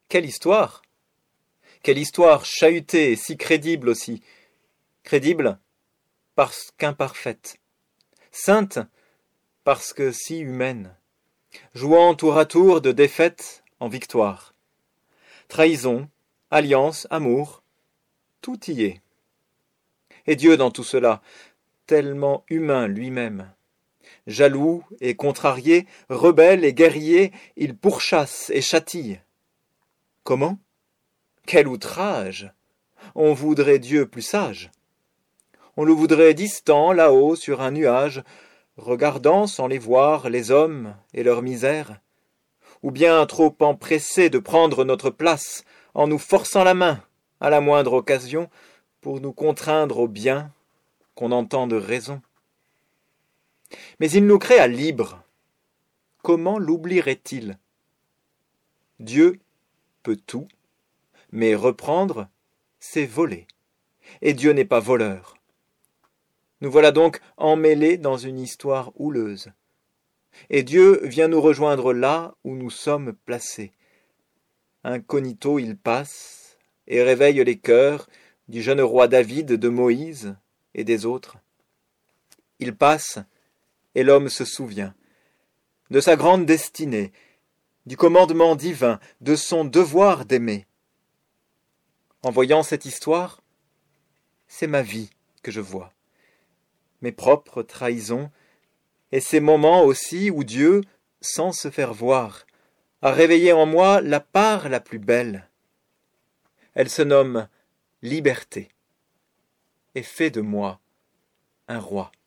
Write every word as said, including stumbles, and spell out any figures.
Quelle histoire! Quelle histoire chahutée et si crédible aussi! Crédible parce qu'imparfaite. Sainte parce que si humaine. Jouant tour à tour de défaite en victoire. Trahison, alliance, amour, tout y est. Et Dieu dans tout cela, tellement humain lui-même. Jaloux et contrarié, rebelle et guerrier, il pourchasse et châtie. Comment? Quel outrage! On voudrait Dieu plus sage. On le voudrait distant là-haut sur un nuage, regardant sans les voir les hommes et leur misère, ou bien trop empressé de prendre notre place en nous forçant la main à la moindre occasion pour nous contraindre au bien qu'on entend de raison. Mais il nous créa libres. Comment l'oublierait-il? Dieu peut tout, mais reprendre, c'est voler. Et Dieu n'est pas voleur. Nous voilà donc emmêlés dans une histoire houleuse. Et Dieu vient nous rejoindre là où nous sommes placés. Incognito, il passe et réveille les cœurs du jeune roi David, de Moïse et des autres. Il passe et l'homme se souvient de sa grande destinée, du commandement divin, de son devoir d'aimer. En voyant cette histoire, c'est ma vie que je vois, mes propres trahisons, et ces moments aussi où Dieu, sans se faire voir, a réveillé en moi la part la plus belle. Elle se nomme liberté, et fait de moi un roi.